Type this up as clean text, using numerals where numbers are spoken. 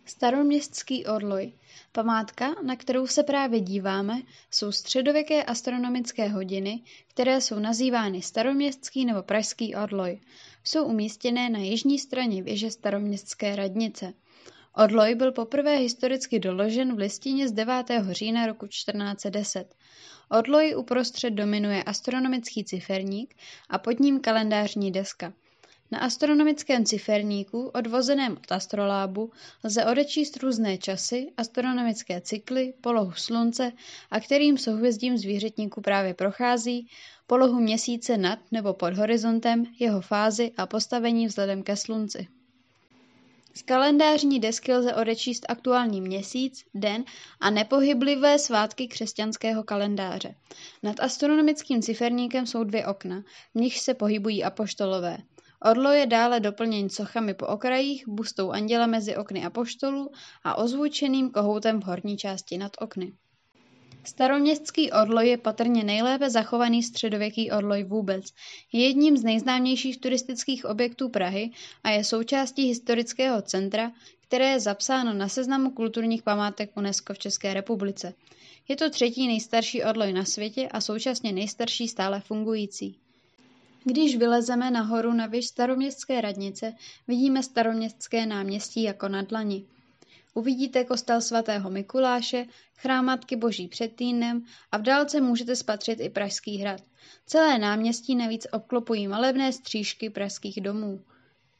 Staroměstský orloj. Památka, na kterou se právě díváme, jsou středověké astronomické hodiny, které jsou nazývány staroměstský nebo pražský orloj. Jsou umístěné na jižní straně věže staroměstské radnice. Orloj byl poprvé historicky doložen v listině z 9. října roku 1410. Orloj uprostřed dominuje astronomický ciferník a pod ním kalendářní deska. Na astronomickém ciferníku, odvozeném od astrolábu, lze odečíst různé časy, astronomické cykly, polohu slunce a kterým souhvězdím zvířetníku právě prochází, polohu měsíce nad nebo pod horizontem, jeho fázi a postavení vzhledem ke slunci. Z kalendářní desky lze odečíst aktuální měsíc, den a nepohyblivé svátky křesťanského kalendáře. Nad astronomickým ciferníkem jsou 2 okna, v nichž se pohybují apoštolové. Orloj je dále doplněn sochami po okrajích, bustou anděla mezi okny apoštolů a ozvučeným kohoutem v horní části nad okny. Staroměstský orloj je patrně nejlépe zachovaný středověký orloj vůbec. Je jedním z nejznámějších turistických objektů Prahy a je součástí historického centra, které je zapsáno na seznamu kulturních památek UNESCO v České republice. Je to 3. nejstarší orloj na světě a současně nejstarší stále fungující. Když vylezeme nahoru na věž staroměstské radnice, vidíme staroměstské náměstí jako na dlani. Uvidíte kostel svatého Mikuláše, chrám Matky Boží před Týnem a v dálce můžete spatřit i Pražský hrad. Celé náměstí navíc obklopují malebné střížky pražských domů.